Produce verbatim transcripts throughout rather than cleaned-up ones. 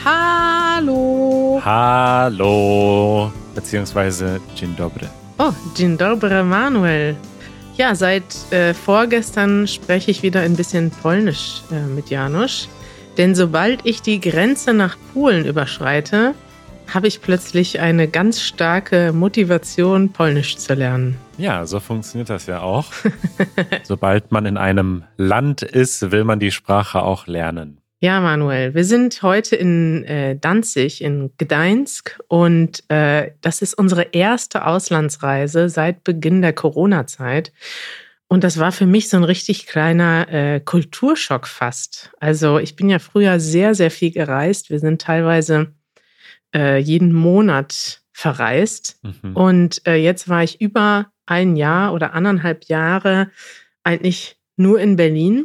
Hallo. Hallo, beziehungsweise Dzień dobry. Oh, Dzień dobry, Manuel. Ja, seit äh, vorgestern spreche ich wieder ein bisschen Polnisch äh, mit Janusz. Denn sobald ich die Grenze nach Polen überschreite, habe ich plötzlich eine ganz starke Motivation, Polnisch zu lernen. Ja, so funktioniert das ja auch. Sobald man in einem Land ist, will man die Sprache auch lernen. Ja, Manuel, wir sind heute in äh, Danzig, in Gdańsk und äh, das ist unsere erste Auslandsreise seit Beginn der Corona-Zeit. Und das war für mich so ein richtig kleiner äh, Kulturschock fast. Also ich bin ja früher sehr, sehr viel gereist. Wir sind teilweise äh, jeden Monat verreist. Mhm. Und äh, jetzt war ich über ein Jahr oder anderthalb Jahre eigentlich nur in Berlin.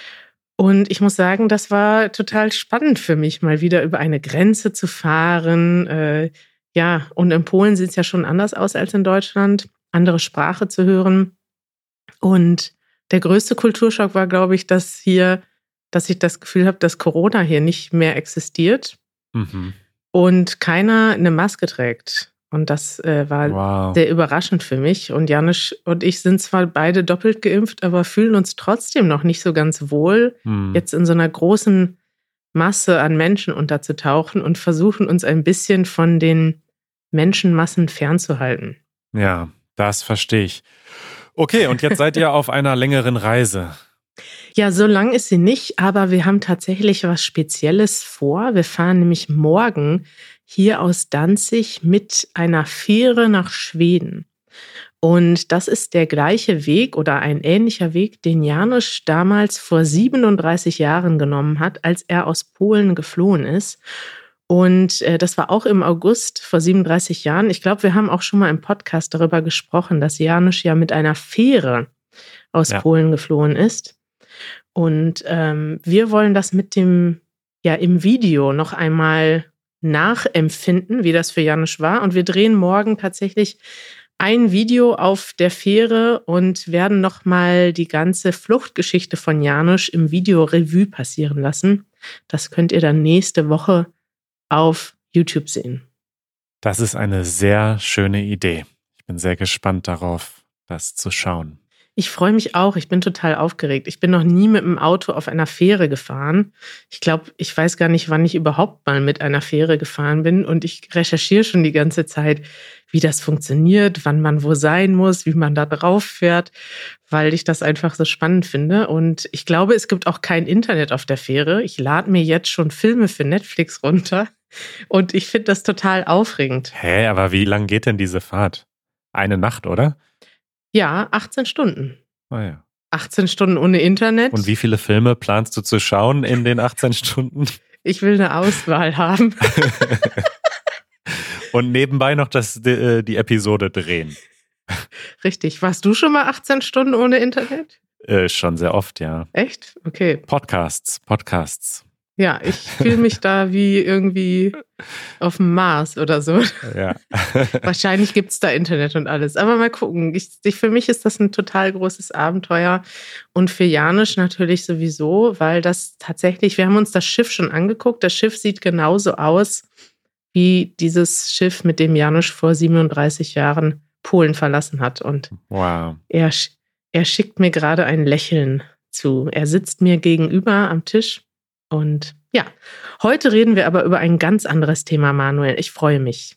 Und ich muss sagen, das war total spannend für mich, mal wieder über eine Grenze zu fahren. Äh, ja, und in Polen sieht es ja schon anders aus als in Deutschland, andere Sprache zu hören. Und der größte Kulturschock war, glaube ich, dass hier, dass ich das Gefühl habe, dass Corona hier nicht mehr existiert mhm. und keiner eine Maske trägt. Und das äh, war wow. sehr überraschend für mich. Und Janusz und ich sind zwar beide doppelt geimpft, aber fühlen uns trotzdem noch nicht so ganz wohl, hm. jetzt in so einer großen Masse an Menschen unterzutauchen und versuchen uns ein bisschen von den Menschenmassen fernzuhalten. Ja, das verstehe ich. Okay, und jetzt seid ihr auf einer längeren Reise. Ja, so lang ist sie nicht, aber wir haben tatsächlich was Spezielles vor. Wir fahren nämlich morgen hier aus Danzig mit einer Fähre nach Schweden. Und das ist der gleiche Weg oder ein ähnlicher Weg, den Janusz damals vor siebenunddreißig Jahren genommen hat, als er aus Polen geflohen ist. Und äh, das war auch im August vor siebenunddreißig Jahren. Ich glaube, wir haben auch schon mal im Podcast darüber gesprochen, dass Janusz ja mit einer Fähre aus ja. Polen geflohen ist. Und ähm, wir wollen das mit dem, ja, im Video noch einmal nachempfinden, wie das für Janusz war. Und wir drehen morgen tatsächlich ein Video auf der Fähre und werden nochmal die ganze Fluchtgeschichte von Janusz im Video Revue passieren lassen. Das könnt ihr dann nächste Woche auf YouTube sehen. Das ist eine sehr schöne Idee. Ich bin sehr gespannt darauf, das zu schauen. Ich freue mich auch. Ich bin total aufgeregt. Ich bin noch nie mit dem Auto auf einer Fähre gefahren. Ich glaube, ich weiß gar nicht, wann ich überhaupt mal mit einer Fähre gefahren bin. Und ich recherchiere schon die ganze Zeit, wie das funktioniert, wann man wo sein muss, wie man da drauf fährt, weil ich das einfach so spannend finde. Und ich glaube, es gibt auch kein Internet auf der Fähre. Ich lade mir jetzt schon Filme für Netflix runter. Und ich finde das total aufregend. Hä, aber wie lang geht denn diese Fahrt? Eine Nacht, oder? Ja, achtzehn Stunden. Ah ja. achtzehn Stunden ohne Internet. Und wie viele Filme planst du zu schauen in den achtzehn Stunden? Ich will eine Auswahl haben. Und nebenbei noch das, die, die Episode drehen. Richtig. Warst du schon mal achtzehn Stunden ohne Internet? Äh, schon sehr oft, ja. Echt? Okay. Podcasts, Podcasts. Ja, ich fühle mich da wie irgendwie auf dem Mars oder so. Ja. Wahrscheinlich gibt es da Internet und alles. Aber mal gucken. Ich, ich, für mich ist das ein total großes Abenteuer. Und für Janusz natürlich sowieso, weil das tatsächlich, wir haben uns das Schiff schon angeguckt. Das Schiff sieht genauso aus wie dieses Schiff, mit dem Janusz vor siebenunddreißig Jahren Polen verlassen hat. Und wow. er, er schickt mir gerade ein Lächeln zu. Er sitzt mir gegenüber am Tisch. Und ja, heute reden wir aber über ein ganz anderes Thema, Manuel. Ich freue mich.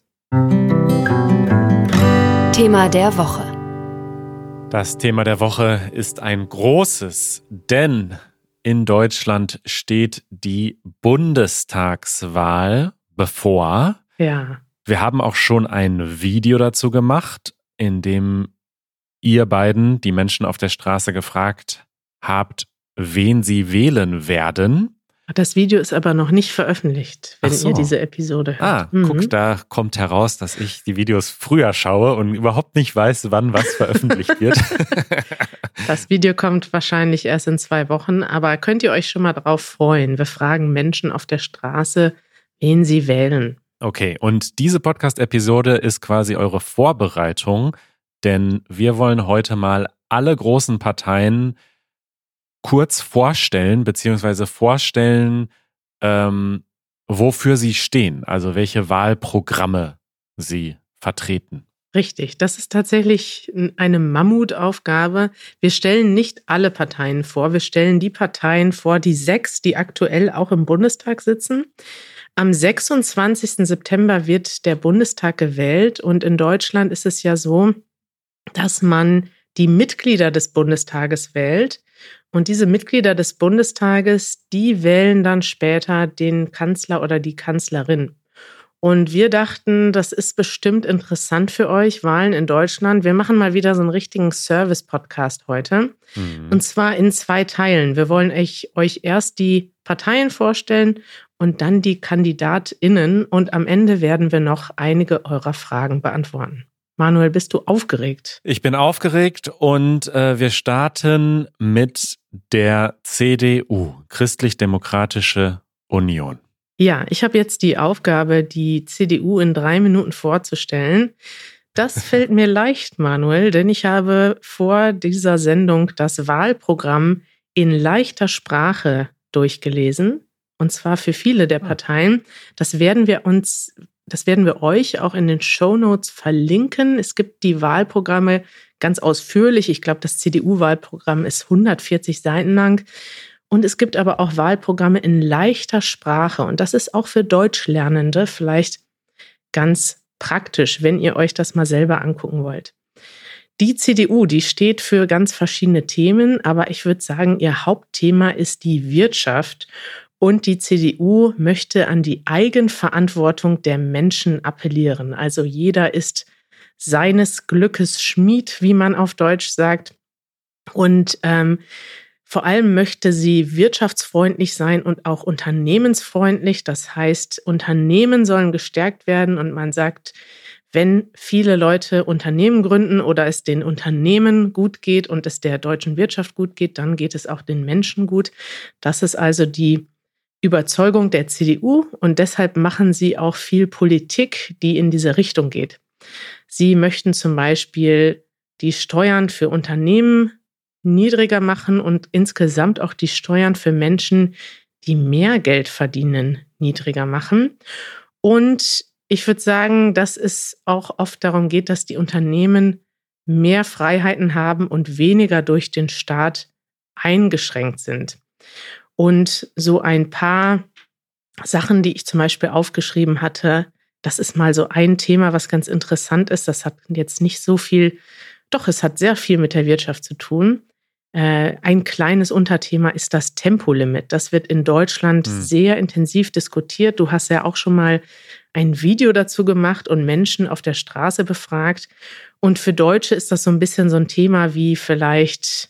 Thema der Woche. Das Thema der Woche ist ein großes, denn in Deutschland steht die Bundestagswahl bevor. Ja. Wir haben auch schon ein Video dazu gemacht, in dem ihr beiden die Menschen auf der Straße gefragt habt, wen sie wählen werden. Das Video ist aber noch nicht veröffentlicht, wenn so. ihr diese Episode hört. Ah, mhm. guck, da kommt heraus, dass ich die Videos früher schaue und überhaupt nicht weiß, wann was veröffentlicht wird. Das Video kommt wahrscheinlich erst in zwei Wochen, aber könnt ihr euch schon mal drauf freuen. Wir fragen Menschen auf der Straße, wen sie wählen. Okay, und diese Podcast-Episode ist quasi eure Vorbereitung, denn wir wollen heute mal alle großen Parteien kurz vorstellen, beziehungsweise vorstellen, ähm, wofür Sie stehen, also welche Wahlprogramme Sie vertreten. Richtig, das ist tatsächlich eine Mammutaufgabe. Wir stellen nicht alle Parteien vor. Wir stellen die Parteien vor, die sechs, die aktuell auch im Bundestag sitzen. Am sechsundzwanzigsten September wird der Bundestag gewählt und in Deutschland ist es ja so, dass man die Mitglieder des Bundestages wählt. Und diese Mitglieder des Bundestages, die wählen dann später den Kanzler oder die Kanzlerin. Und wir dachten, das ist bestimmt interessant für euch, Wahlen in Deutschland. Wir machen mal wieder so einen richtigen Service-Podcast heute. Mhm. Und zwar in zwei Teilen. Wir wollen euch, euch erst die Parteien vorstellen und dann die KandidatInnen. Und am Ende werden wir noch einige eurer Fragen beantworten. Manuel, bist du aufgeregt? Ich bin aufgeregt und äh, wir starten mit der C D U, Christlich-Demokratische Union. Ja, ich habe jetzt die Aufgabe, die C D U in drei Minuten vorzustellen. Das fällt mir leicht, Manuel, denn ich habe vor dieser Sendung das Wahlprogramm in leichter Sprache durchgelesen. Und zwar für viele der Parteien. Das werden wir uns, das werden wir euch auch in den Shownotes verlinken. Es gibt die Wahlprogramme ganz ausführlich. Ich glaube, das C D U-Wahlprogramm ist hundertvierzig Seiten lang. Und es gibt aber auch Wahlprogramme in leichter Sprache. Und das ist auch für Deutschlernende vielleicht ganz praktisch, wenn ihr euch das mal selber angucken wollt. Die C D U, die steht für ganz verschiedene Themen, aber ich würde sagen, ihr Hauptthema ist die Wirtschaft. Und die C D U möchte an die Eigenverantwortung der Menschen appellieren. Also jeder ist seines Glückes Schmied, wie man auf Deutsch sagt. Und ähm, Vor allem möchte sie wirtschaftsfreundlich sein und auch unternehmensfreundlich. Das heißt, Unternehmen sollen gestärkt werden und man sagt, wenn viele Leute Unternehmen gründen oder es den Unternehmen gut geht und es der deutschen Wirtschaft gut geht, dann geht es auch den Menschen gut. Das ist also die Überzeugung der C D U und deshalb machen sie auch viel Politik, die in diese Richtung geht. Sie möchten zum Beispiel die Steuern für Unternehmen niedriger machen und insgesamt auch die Steuern für Menschen, die mehr Geld verdienen, niedriger machen. Und ich würde sagen, dass es auch oft darum geht, dass die Unternehmen mehr Freiheiten haben und weniger durch den Staat eingeschränkt sind. Und so ein paar Sachen, die ich zum Beispiel aufgeschrieben hatte, das ist mal so ein Thema, was ganz interessant ist. Das hat jetzt nicht so viel, doch es hat sehr viel mit der Wirtschaft zu tun. Ein kleines Unterthema ist das Tempolimit. Das wird in Deutschland mhm. sehr intensiv diskutiert. Du hast ja auch schon mal ein Video dazu gemacht und Menschen auf der Straße befragt. Und für Deutsche ist das so ein bisschen so ein Thema wie vielleicht,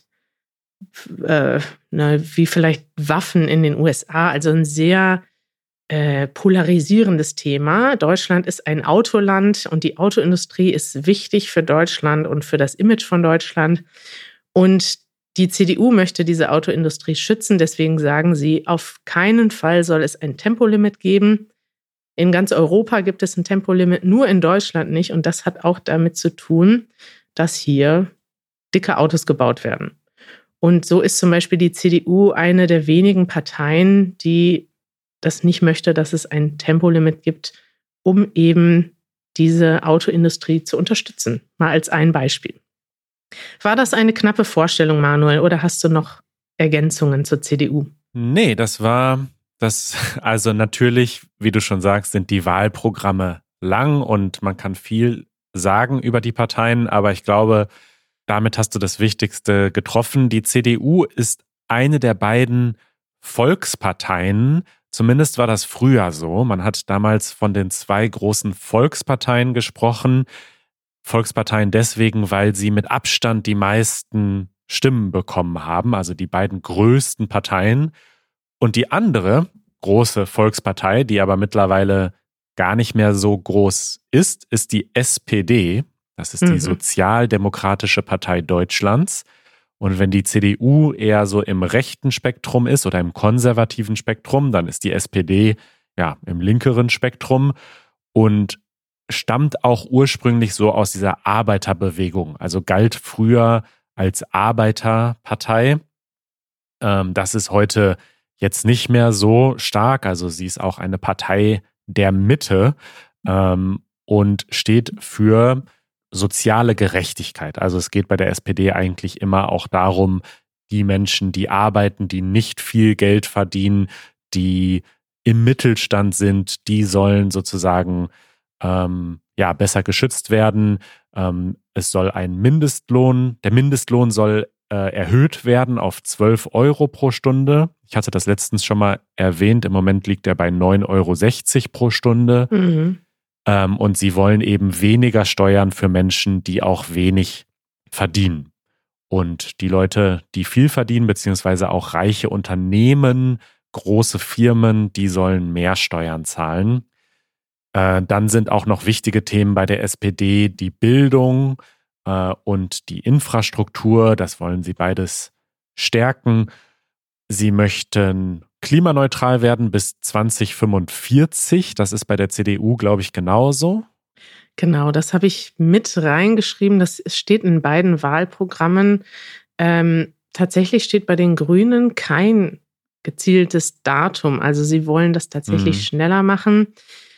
äh, ne, wie vielleicht Waffen in den U S A. Also ein sehr äh, polarisierendes Thema. Deutschland ist ein Autoland und die Autoindustrie ist wichtig für Deutschland und für das Image von Deutschland. Und die C D U möchte diese Autoindustrie schützen, deswegen sagen sie, auf keinen Fall soll es ein Tempolimit geben. In ganz Europa gibt es ein Tempolimit, nur in Deutschland nicht. Und das hat auch damit zu tun, dass hier dicke Autos gebaut werden. Und so ist zum Beispiel die C D U eine der wenigen Parteien, die das nicht möchte, dass es ein Tempolimit gibt, um eben diese Autoindustrie zu unterstützen. Mal als ein Beispiel. War das eine knappe Vorstellung, Manuel, oder hast du noch Ergänzungen zur C D U? Nee, das war das, also natürlich, wie du schon sagst, sind die Wahlprogramme lang und man kann viel sagen über die Parteien, aber ich glaube, damit hast du das Wichtigste getroffen. Die C D U ist eine der beiden Volksparteien, zumindest war das früher so. Man hat damals von den zwei großen Volksparteien gesprochen. Volksparteien deswegen, weil sie mit Abstand die meisten Stimmen bekommen haben, also die beiden größten Parteien. Und die andere große Volkspartei, die aber mittlerweile gar nicht mehr so groß ist, ist die S P D. Das ist die mhm. Sozialdemokratische Partei Deutschlands. Und wenn die C D U eher so im rechten Spektrum ist oder im konservativen Spektrum, dann ist die S P D ja im linkeren Spektrum und stammt auch ursprünglich so aus dieser Arbeiterbewegung, also galt früher als Arbeiterpartei. Ähm, das ist heute jetzt nicht mehr so stark. Also sie ist auch eine Partei der Mitte ähm, und steht für soziale Gerechtigkeit. Also es geht bei der S P D eigentlich immer auch darum, die Menschen, die arbeiten, die nicht viel Geld verdienen, die im Mittelstand sind, die sollen sozusagen ähm, ja, besser geschützt werden. Ähm, es soll ein Mindestlohn, der Mindestlohn soll äh, erhöht werden auf zwölf Euro pro Stunde. Ich hatte das letztens schon mal erwähnt, im Moment liegt er bei neun Euro sechzig pro Stunde. Mhm. Ähm, und sie wollen eben weniger Steuern für Menschen, die auch wenig verdienen. Und die Leute, die viel verdienen, beziehungsweise auch reiche Unternehmen, große Firmen, die sollen mehr Steuern zahlen. Äh, dann sind auch noch wichtige Themen bei der S P D die Bildung äh, und die Infrastruktur. Das wollen sie beides stärken. Sie möchten klimaneutral werden bis zwanzig fünfundvierzig. Das ist bei der C D U, glaube ich, genauso. Genau, das habe ich mit reingeschrieben. Das steht in beiden Wahlprogrammen. Ähm, tatsächlich steht bei den Grünen kein gezieltes Datum. Also sie wollen das tatsächlich mhm. schneller machen.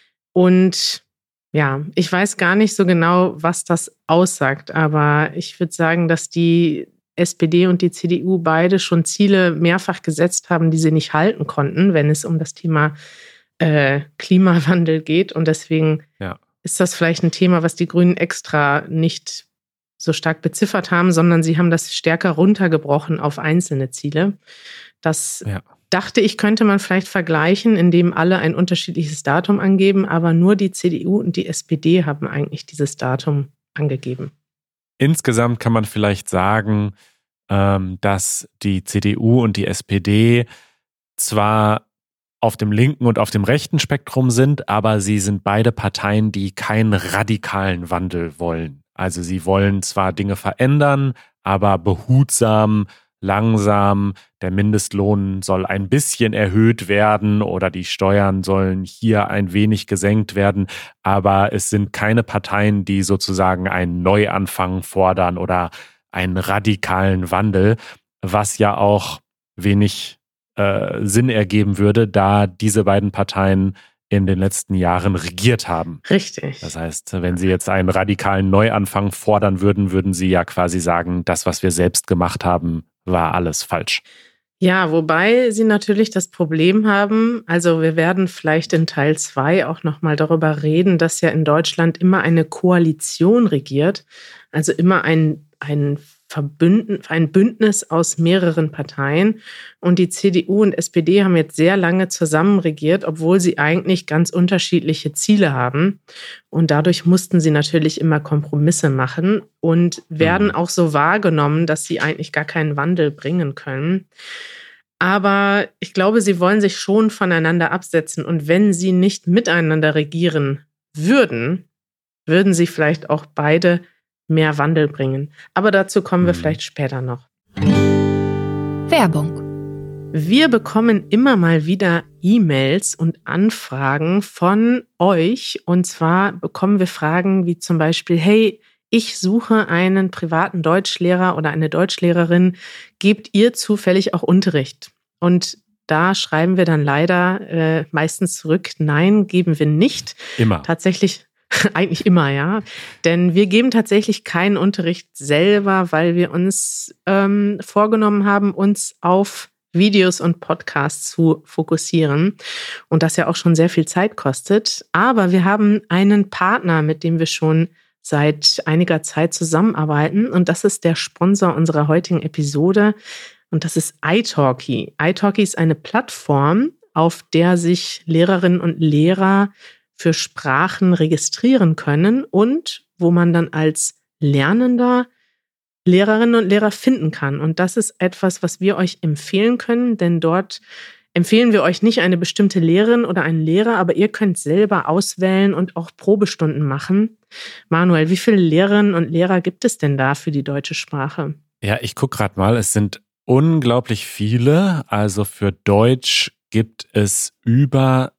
Und ja, ich weiß gar nicht so genau, was das aussagt. Aber ich würde sagen, dass die S P D und die C D U beide schon Ziele mehrfach gesetzt haben, die sie nicht halten konnten, wenn es um das Thema äh, Klimawandel geht. Und deswegen ja. ist das vielleicht ein Thema, was die Grünen extra nicht so stark beziffert haben, sondern sie haben das stärker runtergebrochen auf einzelne Ziele. Das ja. dachte ich, könnte man vielleicht vergleichen, indem alle ein unterschiedliches Datum angeben, aber nur die C D U und die S P D haben eigentlich dieses Datum angegeben. Insgesamt kann man vielleicht sagen, dass die C D U und die S P D zwar auf dem linken und auf dem rechten Spektrum sind, aber sie sind beide Parteien, die keinen radikalen Wandel wollen. Also sie wollen zwar Dinge verändern, aber behutsam, langsam. Der Mindestlohn soll ein bisschen erhöht werden oder die Steuern sollen hier ein wenig gesenkt werden. Aber es sind keine Parteien, die sozusagen einen Neuanfang fordern oder einen radikalen Wandel, was ja auch wenig äh, Sinn ergeben würde, da diese beiden Parteien in den letzten Jahren regiert haben. Richtig. Das heißt, wenn sie jetzt einen radikalen Neuanfang fordern würden, würden sie ja quasi sagen, das, was wir selbst gemacht haben, war alles falsch. Ja, wobei sie natürlich das Problem haben, also wir werden vielleicht in Teil zwei auch nochmal darüber reden, dass ja in Deutschland immer eine Koalition regiert, also immer ein, ein Verbünden, ein Bündnis aus mehreren Parteien. Und die C D U und S P D haben jetzt sehr lange zusammen regiert, obwohl sie eigentlich ganz unterschiedliche Ziele haben. Und dadurch mussten sie natürlich immer Kompromisse machen und werden auch so wahrgenommen, dass sie eigentlich gar keinen Wandel bringen können. Aber ich glaube, sie wollen sich schon voneinander absetzen. Und wenn sie nicht miteinander regieren würden, würden sie vielleicht auch beide mehr Wandel bringen. Aber dazu kommen wir vielleicht später noch. Werbung. Wir bekommen immer mal wieder E-Mails und Anfragen von euch. Und zwar bekommen wir Fragen wie zum Beispiel, hey, ich suche einen privaten Deutschlehrer oder eine Deutschlehrerin. Gebt ihr zufällig auch Unterricht? Und da schreiben wir dann leider äh, meistens zurück, nein, geben wir nicht. Immer. Tatsächlich eigentlich immer, ja. Denn wir geben tatsächlich keinen Unterricht selber, weil wir uns ähm, vorgenommen haben, uns auf Videos und Podcasts zu fokussieren und das ja auch schon sehr viel Zeit kostet. Aber wir haben einen Partner, mit dem wir schon seit einiger Zeit zusammenarbeiten und das ist der Sponsor unserer heutigen Episode und das ist italki. italki ist eine Plattform, auf der sich Lehrerinnen und Lehrer für Sprachen registrieren können und wo man dann als Lernender Lehrerinnen und Lehrer finden kann. Und das ist etwas, was wir euch empfehlen können, denn dort empfehlen wir euch nicht eine bestimmte Lehrerin oder einen Lehrer, aber ihr könnt selber auswählen und auch Probestunden machen. Manuel, wie viele Lehrerinnen und Lehrer gibt es denn da für die deutsche Sprache? Ja, ich gucke gerade mal, es sind unglaublich viele. Also für Deutsch gibt es über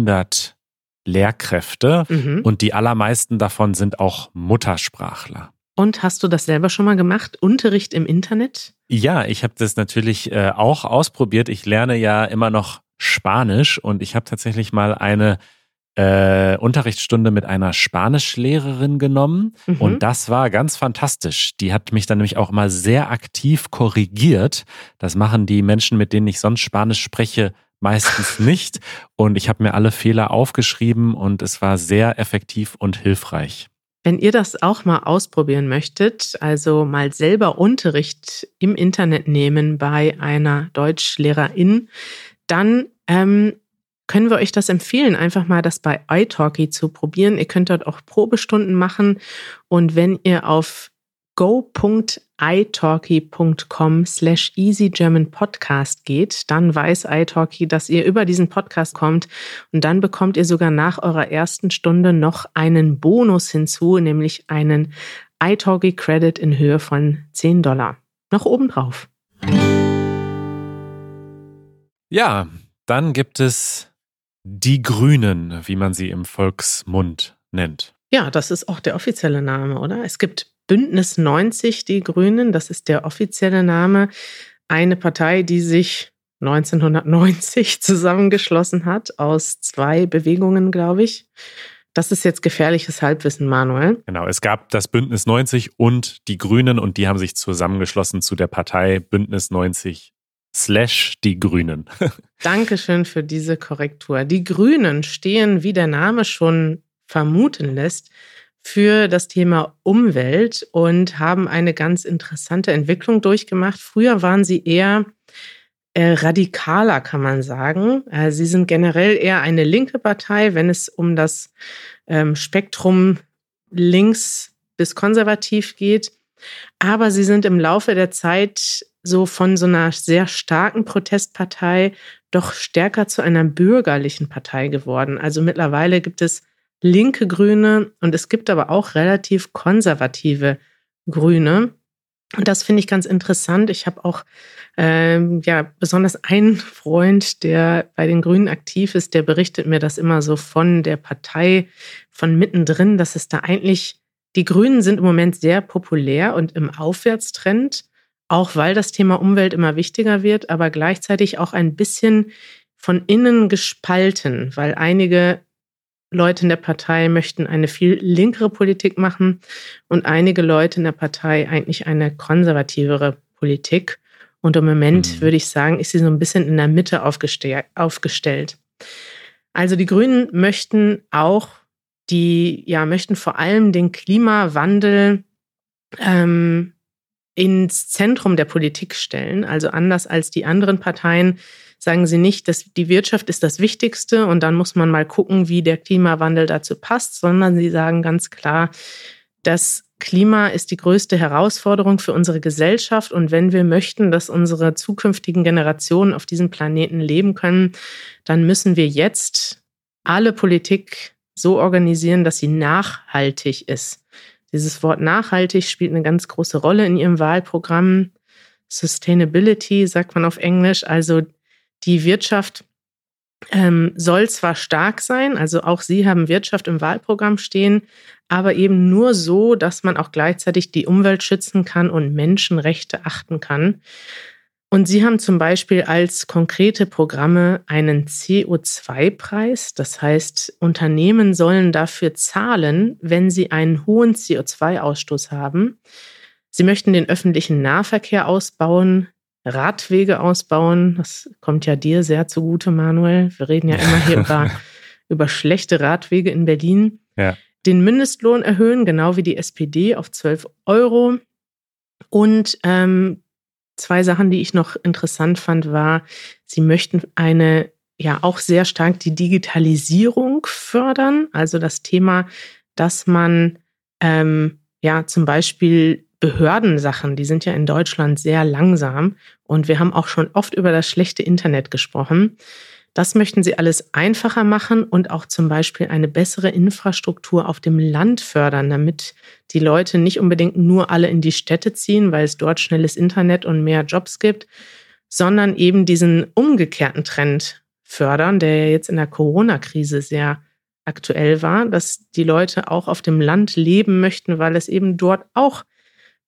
sechshundert Lehrkräfte mhm. und die allermeisten davon sind auch Muttersprachler. Und hast du das selber schon mal gemacht? Unterricht im Internet? Ja, ich habe das natürlich äh, auch ausprobiert. Ich lerne ja immer noch Spanisch und ich habe tatsächlich mal eine äh, Unterrichtsstunde mit einer Spanischlehrerin genommen mhm. und das war ganz fantastisch. Die hat mich dann nämlich auch immer sehr aktiv korrigiert. Das machen die Menschen, mit denen ich sonst Spanisch spreche, meistens nicht. Und ich habe mir alle Fehler aufgeschrieben und es war sehr effektiv und hilfreich. Wenn ihr das auch mal ausprobieren möchtet, also mal selber Unterricht im Internet nehmen bei einer Deutschlehrerin, dann ähm, können wir euch das empfehlen, einfach mal das bei italki zu probieren. Ihr könnt dort auch Probestunden machen und wenn ihr auf go.italki.com slash easygermanpodcast geht, dann weiß italki, dass ihr über diesen Podcast kommt und dann bekommt ihr sogar nach eurer ersten Stunde noch einen Bonus hinzu, nämlich einen italki-Credit in Höhe von zehn Dollar. Noch obendrauf. Ja, dann gibt es die Grünen, wie man sie im Volksmund nennt. Ja, das ist auch der offizielle Name, oder? Es gibt Bündnis neunzig, die Grünen, das ist der offizielle Name. Eine Partei, die sich neunzehnhundertneunzig zusammengeschlossen hat aus zwei Bewegungen, glaube ich. Das ist jetzt gefährliches Halbwissen, Manuel. Genau, es gab das Bündnis neunzig und die Grünen und die haben sich zusammengeschlossen zu der Partei Bündnis neunzig slash die Grünen. Dankeschön für diese Korrektur. Die Grünen stehen, wie der Name schon vermuten lässt, für das Thema Umwelt und haben eine ganz interessante Entwicklung durchgemacht. Früher waren sie eher äh, radikaler, kann man sagen. Äh, sie sind generell eher eine linke Partei, wenn es um das ähm, Spektrum links bis konservativ geht. Aber sie sind im Laufe der Zeit so von so einer sehr starken Protestpartei doch stärker zu einer bürgerlichen Partei geworden. Also mittlerweile gibt es linke Grüne und es gibt aber auch relativ konservative Grüne. Und das finde ich ganz interessant. Ich habe auch ähm, ja besonders einen Freund, der bei den Grünen aktiv ist, der berichtet mir das immer so von der Partei, von mittendrin, dass es da eigentlich, die Grünen sind im Moment sehr populär und im Aufwärtstrend, auch weil das Thema Umwelt immer wichtiger wird, aber gleichzeitig auch ein bisschen von innen gespalten, weil einige Leute in der Partei möchten eine viel linkere Politik machen und einige Leute in der Partei eigentlich eine konservativere Politik. Und im Moment, mhm. würde ich sagen, ist sie so ein bisschen in der Mitte aufgeste- aufgestellt. Also die Grünen möchten auch, die, ja, möchten vor allem den Klimawandel ähm, ins Zentrum der Politik stellen. Also anders als die anderen Parteien sagen sie nicht, dass die Wirtschaft ist das Wichtigste und dann muss man mal gucken, wie der Klimawandel dazu passt, sondern sie sagen ganz klar, das Klima ist die größte Herausforderung für unsere Gesellschaft und wenn wir möchten, dass unsere zukünftigen Generationen auf diesem Planeten leben können, dann müssen wir jetzt alle Politik so organisieren, dass sie nachhaltig ist. Dieses Wort nachhaltig spielt eine ganz große Rolle in ihrem Wahlprogramm. Sustainability sagt man auf Englisch, also die Wirtschaft ähm, soll zwar stark sein, also auch sie haben Wirtschaft im Wahlprogramm stehen, aber eben nur so, dass man auch gleichzeitig die Umwelt schützen kann und Menschenrechte achten kann. Und sie haben zum Beispiel als konkrete Programme einen C O zwei Preis. Das heißt, Unternehmen sollen dafür zahlen, wenn sie einen hohen C O zwei Ausstoß haben. Sie möchten den öffentlichen Nahverkehr ausbauen, Radwege ausbauen. Das kommt ja dir sehr zugute, Manuel. Wir reden ja immer hier über, über schlechte Radwege in Berlin. Ja. Den Mindestlohn erhöhen, genau wie die S P D, auf zwölf Euro. Und ähm, zwei Sachen, die ich noch interessant fand, war, sie möchten eine, ja auch sehr stark die Digitalisierung fördern. Also das Thema, dass man ähm, ja zum Beispiel Behördensachen, die sind ja in Deutschland sehr langsam und wir haben auch schon oft über das schlechte Internet gesprochen. Das möchten sie alles einfacher machen und auch zum Beispiel eine bessere Infrastruktur auf dem Land fördern, damit die Leute nicht unbedingt nur alle in die Städte ziehen, weil es dort schnelles Internet und mehr Jobs gibt, sondern eben diesen umgekehrten Trend fördern, der ja jetzt in der Corona-Krise sehr aktuell war, dass die Leute auch auf dem Land leben möchten, weil es eben dort auch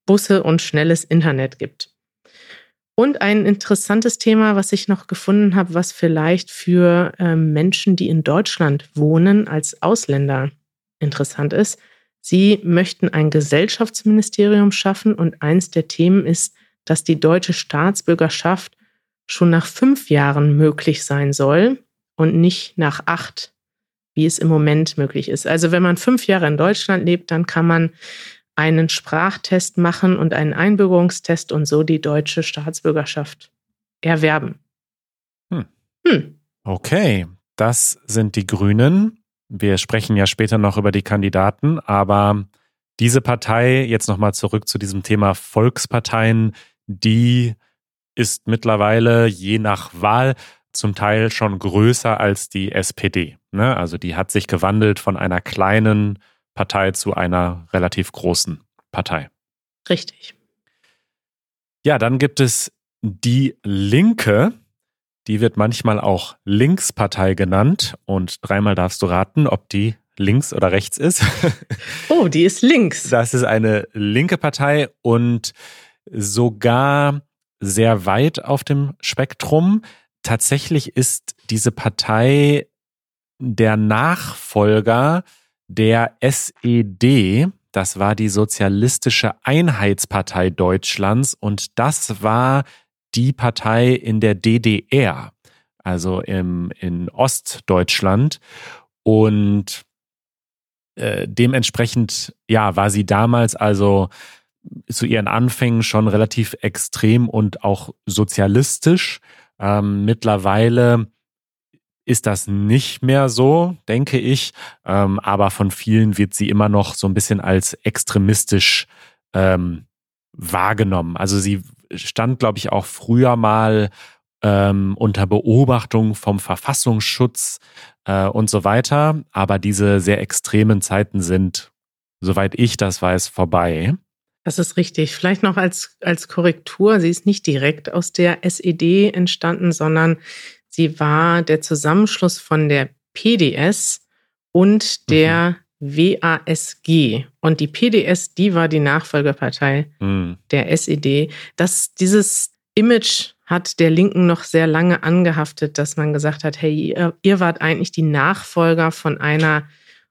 Busse und schnelles Internet gibt. Und ein interessantes Thema, was ich noch gefunden habe, was vielleicht für äh, Menschen, die in Deutschland wohnen, als Ausländer interessant ist. Sie möchten ein Gesellschaftsministerium schaffen und eins der Themen ist, dass die deutsche Staatsbürgerschaft schon nach fünf Jahren möglich sein soll und nicht nach acht, wie es im Moment möglich ist. Also wenn man fünf Jahre in Deutschland lebt, dann kann man einen Sprachtest machen und einen Einbürgerungstest und so die deutsche Staatsbürgerschaft erwerben. Hm. Hm. Okay, das sind die Grünen. Wir sprechen ja später noch über die Kandidaten, aber diese Partei, jetzt nochmal zurück zu diesem Thema Volksparteien, die ist mittlerweile je nach Wahl zum Teil schon größer als die S P D. Ne? Also die hat sich gewandelt von einer kleinen Partei zu einer relativ großen Partei. Richtig. Ja, dann gibt es die Linke. Die wird manchmal auch Linkspartei genannt. Und dreimal darfst du raten, ob die links oder rechts ist. Oh, die ist links. Das ist eine linke Partei und sogar sehr weit auf dem Spektrum. Tatsächlich ist diese Partei der Nachfolger der S E D, das war die Sozialistische Einheitspartei Deutschlands und das war die Partei in der D D R, also im, in Ostdeutschland. Und äh, dementsprechend ja, war sie damals also zu ihren Anfängen schon relativ extrem und auch sozialistisch. Ähm, mittlerweile ist das nicht mehr so, denke ich, ähm, aber von vielen wird sie immer noch so ein bisschen als extremistisch ähm, wahrgenommen. Also sie stand, glaube ich, auch früher mal ähm, unter Beobachtung vom Verfassungsschutz äh, und so weiter, aber diese sehr extremen Zeiten sind, soweit ich das weiß, vorbei. Das ist richtig. Vielleicht noch als, als Korrektur, sie ist nicht direkt aus der S E D entstanden, sondern sie war der Zusammenschluss von der P D S und der mhm. W A S G. Und die P D S, die war die Nachfolgepartei mhm. der S E D. Das, dieses Image hat der Linken noch sehr lange angehaftet, dass man gesagt hat, hey, ihr, ihr wart eigentlich die Nachfolger von einer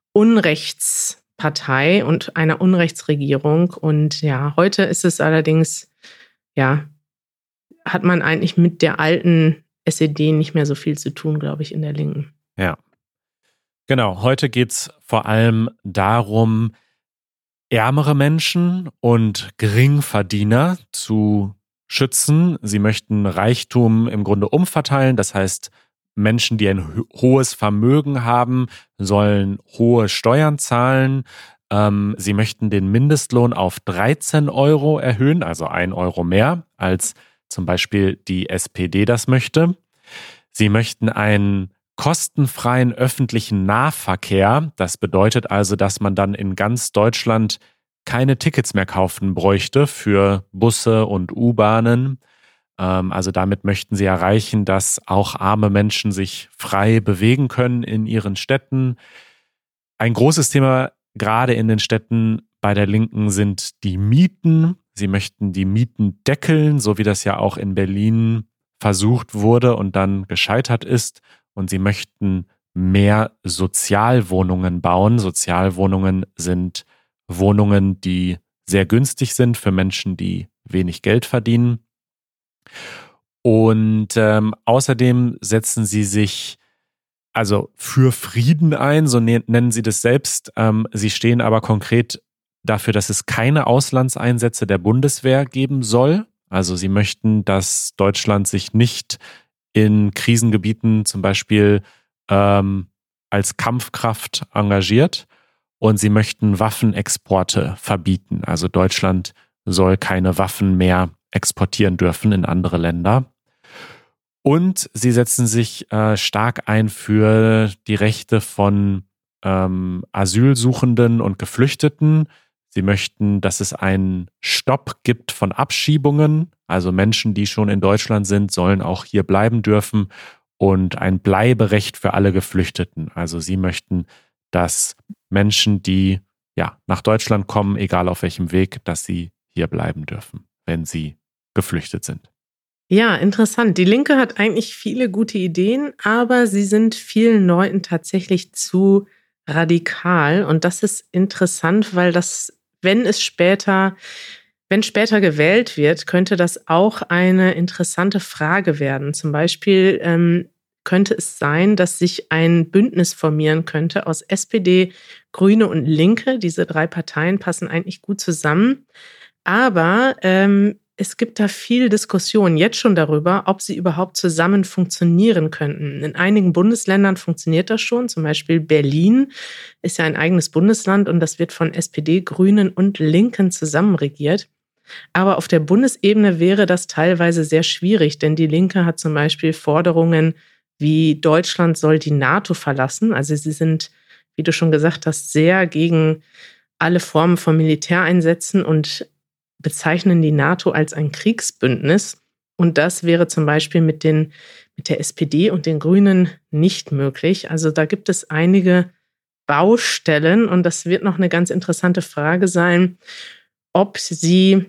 Unrechtspartei und einer Unrechtsregierung. Und ja, heute ist es allerdings, ja, hat man eigentlich mit der alten S E D nicht mehr so viel zu tun, glaube ich, in der Linken. Ja, genau. Heute geht es vor allem darum, ärmere Menschen und Geringverdiener zu schützen. Sie möchten Reichtum im Grunde umverteilen. Das heißt, Menschen, die ein hohes Vermögen haben, sollen hohe Steuern zahlen. Ähm, sie möchten den Mindestlohn auf dreizehn Euro erhöhen, also ein Euro mehr als zum Beispiel die S P D das möchte. Sie möchten einen kostenfreien öffentlichen Nahverkehr. Das bedeutet also, dass man dann in ganz Deutschland keine Tickets mehr kaufen bräuchte für Busse und U-Bahnen. Ähm, also damit möchten sie erreichen, dass auch arme Menschen sich frei bewegen können in ihren Städten. Ein großes Thema gerade in den Städten bei der Linken sind die Mieten. Sie möchten die Mieten deckeln, so wie das ja auch in Berlin versucht wurde und dann gescheitert ist. Und sie möchten mehr Sozialwohnungen bauen. Sozialwohnungen sind Wohnungen, die sehr günstig sind für Menschen, die wenig Geld verdienen. Und ähm, außerdem setzen sie sich also für Frieden ein, so nennen sie das selbst. Ähm, sie stehen aber konkret dafür, dass es keine Auslandseinsätze der Bundeswehr geben soll. Also sie möchten, dass Deutschland sich nicht in Krisengebieten zum Beispiel ähm, als Kampfkraft engagiert. Und sie möchten Waffenexporte verbieten. Also Deutschland soll keine Waffen mehr exportieren dürfen in andere Länder. Und sie setzen sich äh, stark ein für die Rechte von ähm, Asylsuchenden und Geflüchteten. Sie möchten, dass es einen Stopp gibt von Abschiebungen. Also Menschen, die schon in Deutschland sind, sollen auch hier bleiben dürfen. Und ein Bleiberecht für alle Geflüchteten. Also sie möchten, dass Menschen, die ja nach Deutschland kommen, egal auf welchem Weg, dass sie hier bleiben dürfen, wenn sie geflüchtet sind. Ja, interessant. Die Linke hat eigentlich viele gute Ideen, aber sie sind vielen Leuten tatsächlich zu radikal. Und das ist interessant, weil das, wenn es später, wenn später gewählt wird, könnte das auch eine interessante Frage werden. Zum Beispiel ähm, könnte es sein, dass sich ein Bündnis formieren könnte aus S P D, Grüne und Linke. Diese drei Parteien passen eigentlich gut zusammen. Aber ähm, es gibt da viel Diskussion jetzt schon darüber, ob sie überhaupt zusammen funktionieren könnten. In einigen Bundesländern funktioniert das schon. Zum Beispiel Berlin ist ja ein eigenes Bundesland und das wird von S P D, Grünen und Linken zusammen regiert. Aber auf der Bundesebene wäre das teilweise sehr schwierig, denn die Linke hat zum Beispiel Forderungen wie Deutschland soll die NATO verlassen. Also sie sind, wie du schon gesagt hast, sehr gegen alle Formen von Militäreinsätzen und bezeichnen die NATO als ein Kriegsbündnis. Und das wäre zum Beispiel mit, den, mit der S P D und den Grünen nicht möglich. Also da gibt es einige Baustellen und das wird noch eine ganz interessante Frage sein, ob sie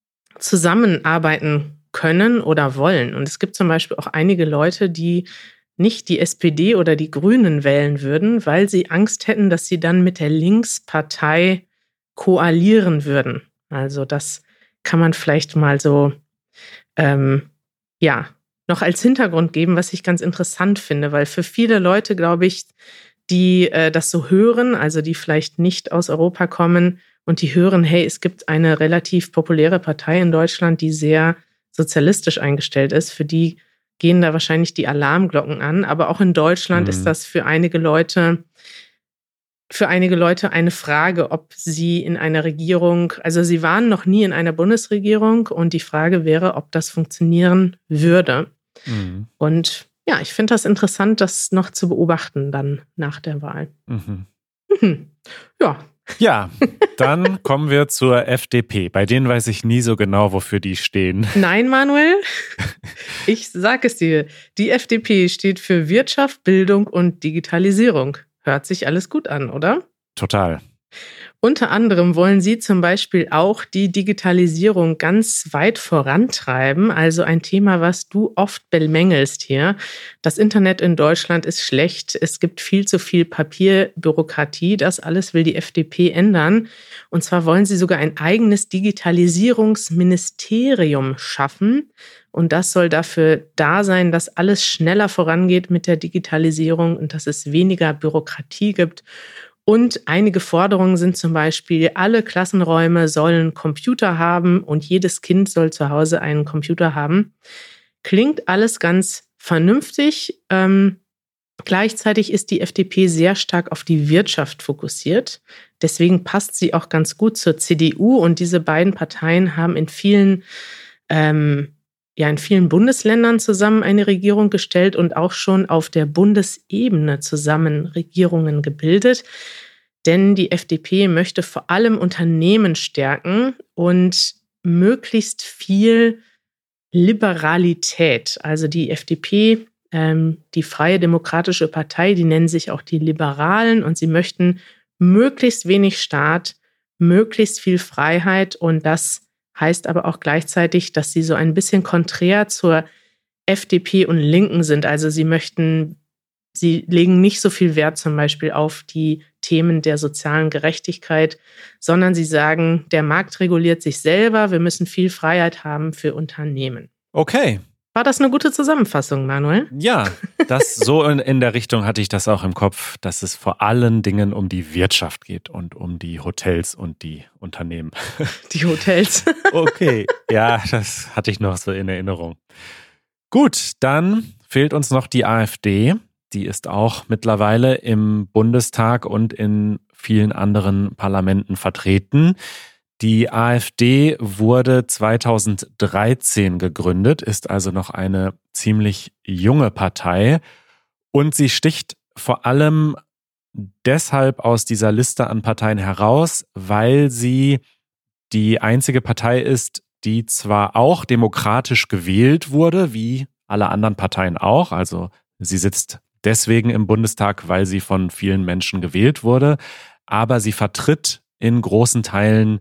zusammenarbeiten können oder wollen. Und es gibt zum Beispiel auch einige Leute, die nicht die S P D oder die Grünen wählen würden, weil sie Angst hätten, dass sie dann mit der Linkspartei koalieren würden. Also das kann man vielleicht mal so, ähm, ja, noch als Hintergrund geben, was ich ganz interessant finde, weil für viele Leute, glaube ich, die äh, das so hören, also die vielleicht nicht aus Europa kommen und die hören, hey, es gibt eine relativ populäre Partei in Deutschland, die sehr sozialistisch eingestellt ist, für die gehen da wahrscheinlich die Alarmglocken an. Aber auch in Deutschland mhm. ist das für einige Leute für einige Leute eine Frage, ob sie in einer Regierung, also sie waren noch nie in einer Bundesregierung und die Frage wäre, ob das funktionieren würde. Mhm. Und ja, ich finde das interessant, das noch zu beobachten dann nach der Wahl. Mhm. Mhm. Ja. Ja, dann kommen wir zur F D P. Bei denen weiß ich nie so genau, wofür die stehen. Nein, Manuel, ich sag es dir. Die F D P steht für Wirtschaft, Bildung und Digitalisierung. Hört sich alles gut an, oder? Total. Unter anderem wollen sie zum Beispiel auch die Digitalisierung ganz weit vorantreiben. Also ein Thema, was du oft bemängelst hier. Das Internet in Deutschland ist schlecht. Es gibt viel zu viel Papierbürokratie. Das alles will die F D P ändern. Und zwar wollen sie sogar ein eigenes Digitalisierungsministerium schaffen. Und das soll dafür da sein, dass alles schneller vorangeht mit der Digitalisierung und dass es weniger Bürokratie gibt. Und einige Forderungen sind zum Beispiel, alle Klassenräume sollen Computer haben und jedes Kind soll zu Hause einen Computer haben. Klingt alles ganz vernünftig. Ähm, gleichzeitig ist die F D P sehr stark auf die Wirtschaft fokussiert. Deswegen passt sie auch ganz gut zur C D U. Und diese beiden Parteien haben in vielen, ähm, ja, in vielen Bundesländern zusammen eine Regierung gestellt und auch schon auf der Bundesebene zusammen Regierungen gebildet. Denn die F D P möchte vor allem Unternehmen stärken und möglichst viel Liberalität. Also die F D P, ähm, die Freie Demokratische Partei, die nennen sich auch die Liberalen und sie möchten möglichst wenig Staat, möglichst viel Freiheit und das heißt aber auch gleichzeitig, dass sie so ein bisschen konträr zur F D P und Linken sind. Also sie möchten, sie legen nicht so viel Wert zum Beispiel auf die Themen der sozialen Gerechtigkeit, sondern sie sagen, der Markt reguliert sich selber, wir müssen viel Freiheit haben für Unternehmen. Okay. War das eine gute Zusammenfassung, Manuel? Ja, das so in, in der Richtung hatte ich das auch im Kopf, dass es vor allen Dingen um die Wirtschaft geht und um die Hotels und die Unternehmen. Die Hotels. Okay, ja, das hatte ich noch so in Erinnerung. Gut, dann fehlt uns noch die AfD. Die ist auch mittlerweile im Bundestag und in vielen anderen Parlamenten vertreten. Die AfD wurde zweitausenddreizehn gegründet, ist also noch eine ziemlich junge Partei und sie sticht vor allem deshalb aus dieser Liste an Parteien heraus, weil sie die einzige Partei ist, die zwar auch demokratisch gewählt wurde, wie alle anderen Parteien auch, also sie sitzt deswegen im Bundestag, weil sie von vielen Menschen gewählt wurde, aber sie vertritt in großen Teilen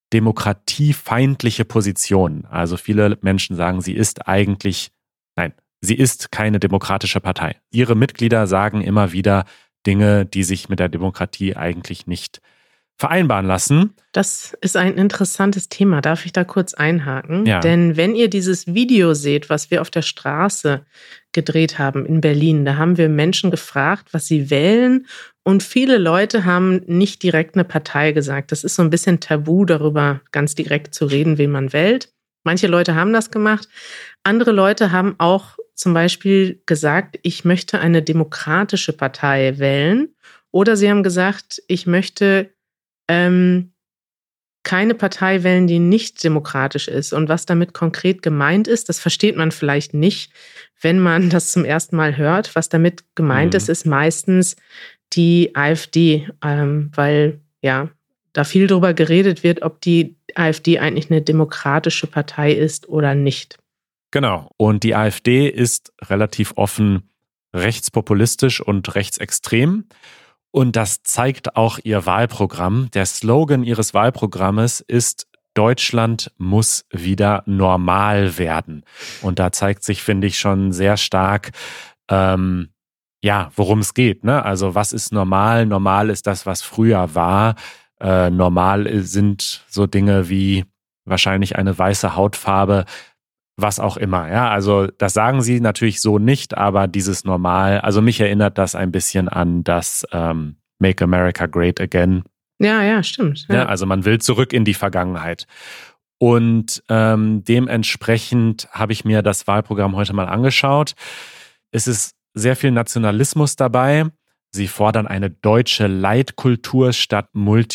demokratiefeindliche Position. Also viele Menschen sagen, sie ist eigentlich, nein, sie ist keine demokratische Partei. Ihre Mitglieder sagen immer wieder Dinge, die sich mit der Demokratie eigentlich nicht vereinbaren lassen. Das ist ein interessantes Thema. Darf ich da kurz einhaken? Ja. Denn wenn ihr dieses Video seht, was wir auf der Straße gedreht haben in Berlin, da haben wir Menschen gefragt, was sie wählen. Und viele Leute haben nicht direkt eine Partei gesagt. Das ist so ein bisschen tabu, darüber ganz direkt zu reden, wen man wählt. Manche Leute haben das gemacht. Andere Leute haben auch zum Beispiel gesagt, ich möchte eine demokratische Partei wählen. Oder sie haben gesagt, ich möchte ähm, keine Partei wählen, die nicht demokratisch ist. Und was damit konkret gemeint ist, das versteht man vielleicht nicht, wenn man das zum ersten Mal hört. Was damit gemeint Mhm. ist, ist meistens die AfD, ähm, weil ja da viel drüber geredet wird, ob die AfD eigentlich eine demokratische Partei ist oder nicht. Genau. Und die AfD ist relativ offen rechtspopulistisch und rechtsextrem. Und das zeigt auch ihr Wahlprogramm. Der Slogan ihres Wahlprogrammes ist: Deutschland muss wieder normal werden. Und da zeigt sich, finde ich, schon sehr stark, ähm, ja, worum es geht. Ne? Also was ist normal? Normal ist das, was früher war. Äh, normal sind so Dinge wie wahrscheinlich eine weiße Hautfarbe, was auch immer. Ja, also das sagen sie natürlich so nicht, aber dieses Normal, also mich erinnert das ein bisschen an das ähm, Make America Great Again. Ja, ja, stimmt. Ja. Ja, also man will zurück in die Vergangenheit. Und ähm, dementsprechend habe ich mir das Wahlprogramm heute mal angeschaut. Es ist sehr viel Nationalismus dabei. Sie fordern eine deutsche Leitkultur statt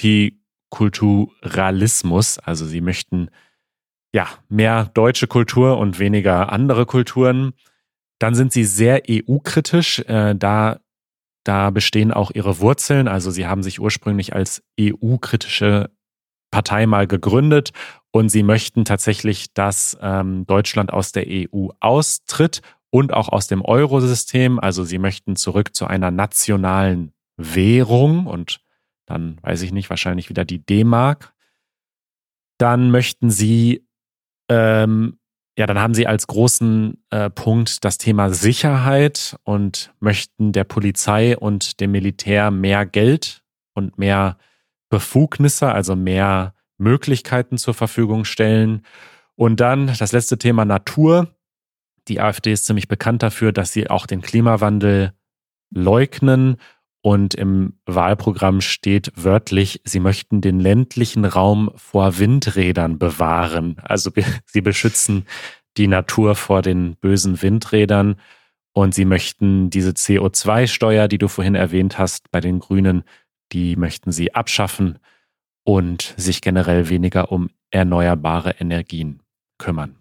Multikulturalismus. Also sie möchten ja mehr deutsche Kultur und weniger andere Kulturen. Dann sind sie sehr E U-kritisch. Äh, da, da bestehen auch ihre Wurzeln. Also sie haben sich ursprünglich als E U-kritische Partei mal gegründet und sie möchten tatsächlich, dass ähm, Deutschland aus der E U austritt und auch aus dem Eurosystem. Also sie möchten zurück zu einer nationalen Währung und dann, weiß ich nicht, wahrscheinlich wieder die D-Mark. Dann möchten sie, ähm, ja, dann haben sie als großen äh, Punkt das Thema Sicherheit und möchten der Polizei und dem Militär mehr Geld und mehr Befugnisse, also mehr Möglichkeiten zur Verfügung stellen. Und dann das letzte Thema Natur. Die AfD ist ziemlich bekannt dafür, dass sie auch den Klimawandel leugnen. Und im Wahlprogramm steht wörtlich, sie möchten den ländlichen Raum vor Windrädern bewahren. Also sie beschützen die Natur vor den bösen Windrädern. Und sie möchten diese C O zwei Steuer, die du vorhin erwähnt hast, bei den Grünen, die möchten sie abschaffen und sich generell weniger um erneuerbare Energien kümmern.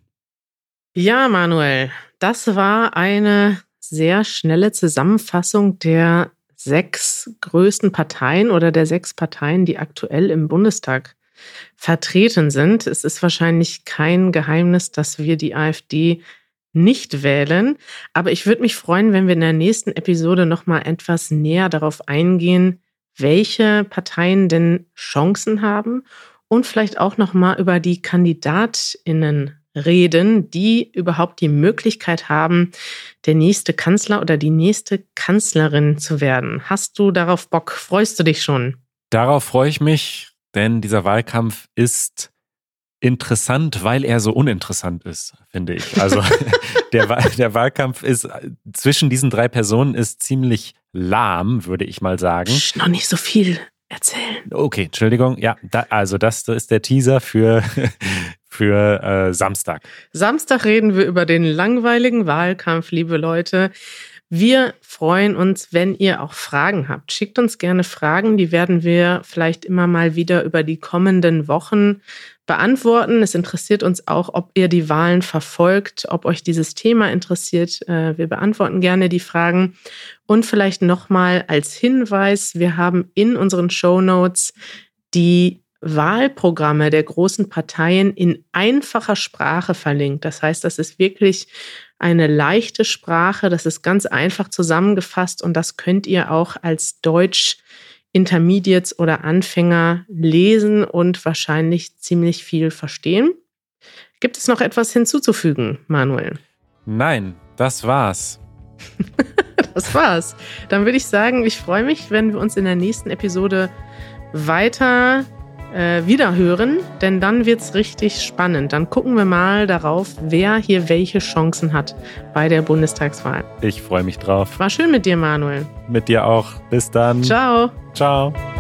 Ja, Manuel, das war eine sehr schnelle Zusammenfassung der sechs größten Parteien oder der sechs Parteien, die aktuell im Bundestag vertreten sind. Es ist wahrscheinlich kein Geheimnis, dass wir die AfD nicht wählen. Aber ich würde mich freuen, wenn wir in der nächsten Episode nochmal etwas näher darauf eingehen, welche Parteien denn Chancen haben und vielleicht auch nochmal über die KandidatInnen reden, die überhaupt die Möglichkeit haben, der nächste Kanzler oder die nächste Kanzlerin zu werden. Hast du darauf Bock? Freust du dich schon? Darauf freue ich mich, denn dieser Wahlkampf ist interessant, weil er so uninteressant ist, finde ich. Also der, der Wahlkampf ist zwischen diesen drei Personen ist ziemlich lahm, würde ich mal sagen. Psst, noch nicht so viel erzählen. Okay, Entschuldigung. Ja, da, also das ist der Teaser für, für äh, Samstag. Samstag reden wir über den langweiligen Wahlkampf, liebe Leute. Wir freuen uns, wenn ihr auch Fragen habt. Schickt uns gerne Fragen, die werden wir vielleicht immer mal wieder über die kommenden Wochen beantworten. Es interessiert uns auch, ob ihr die Wahlen verfolgt, ob euch dieses Thema interessiert. Wir beantworten gerne die Fragen. Und vielleicht nochmal als Hinweis, wir haben in unseren Shownotes die Wahlprogramme der großen Parteien in einfacher Sprache verlinkt. Das heißt, das ist wirklich eine leichte Sprache, das ist ganz einfach zusammengefasst und das könnt ihr auch als Deutsch Intermediates oder Anfänger lesen und wahrscheinlich ziemlich viel verstehen. Gibt es noch etwas hinzuzufügen, Manuel? Nein, das war's. Das war's. Dann würde ich sagen, ich freue mich, wenn wir uns in der nächsten Episode weiter äh, wiederhören, denn dann wird's richtig spannend. Dann gucken wir mal darauf, wer hier welche Chancen hat bei der Bundestagswahl. Ich freue mich drauf. War schön mit dir, Manuel. Mit dir auch. Bis dann. Ciao. Ciao.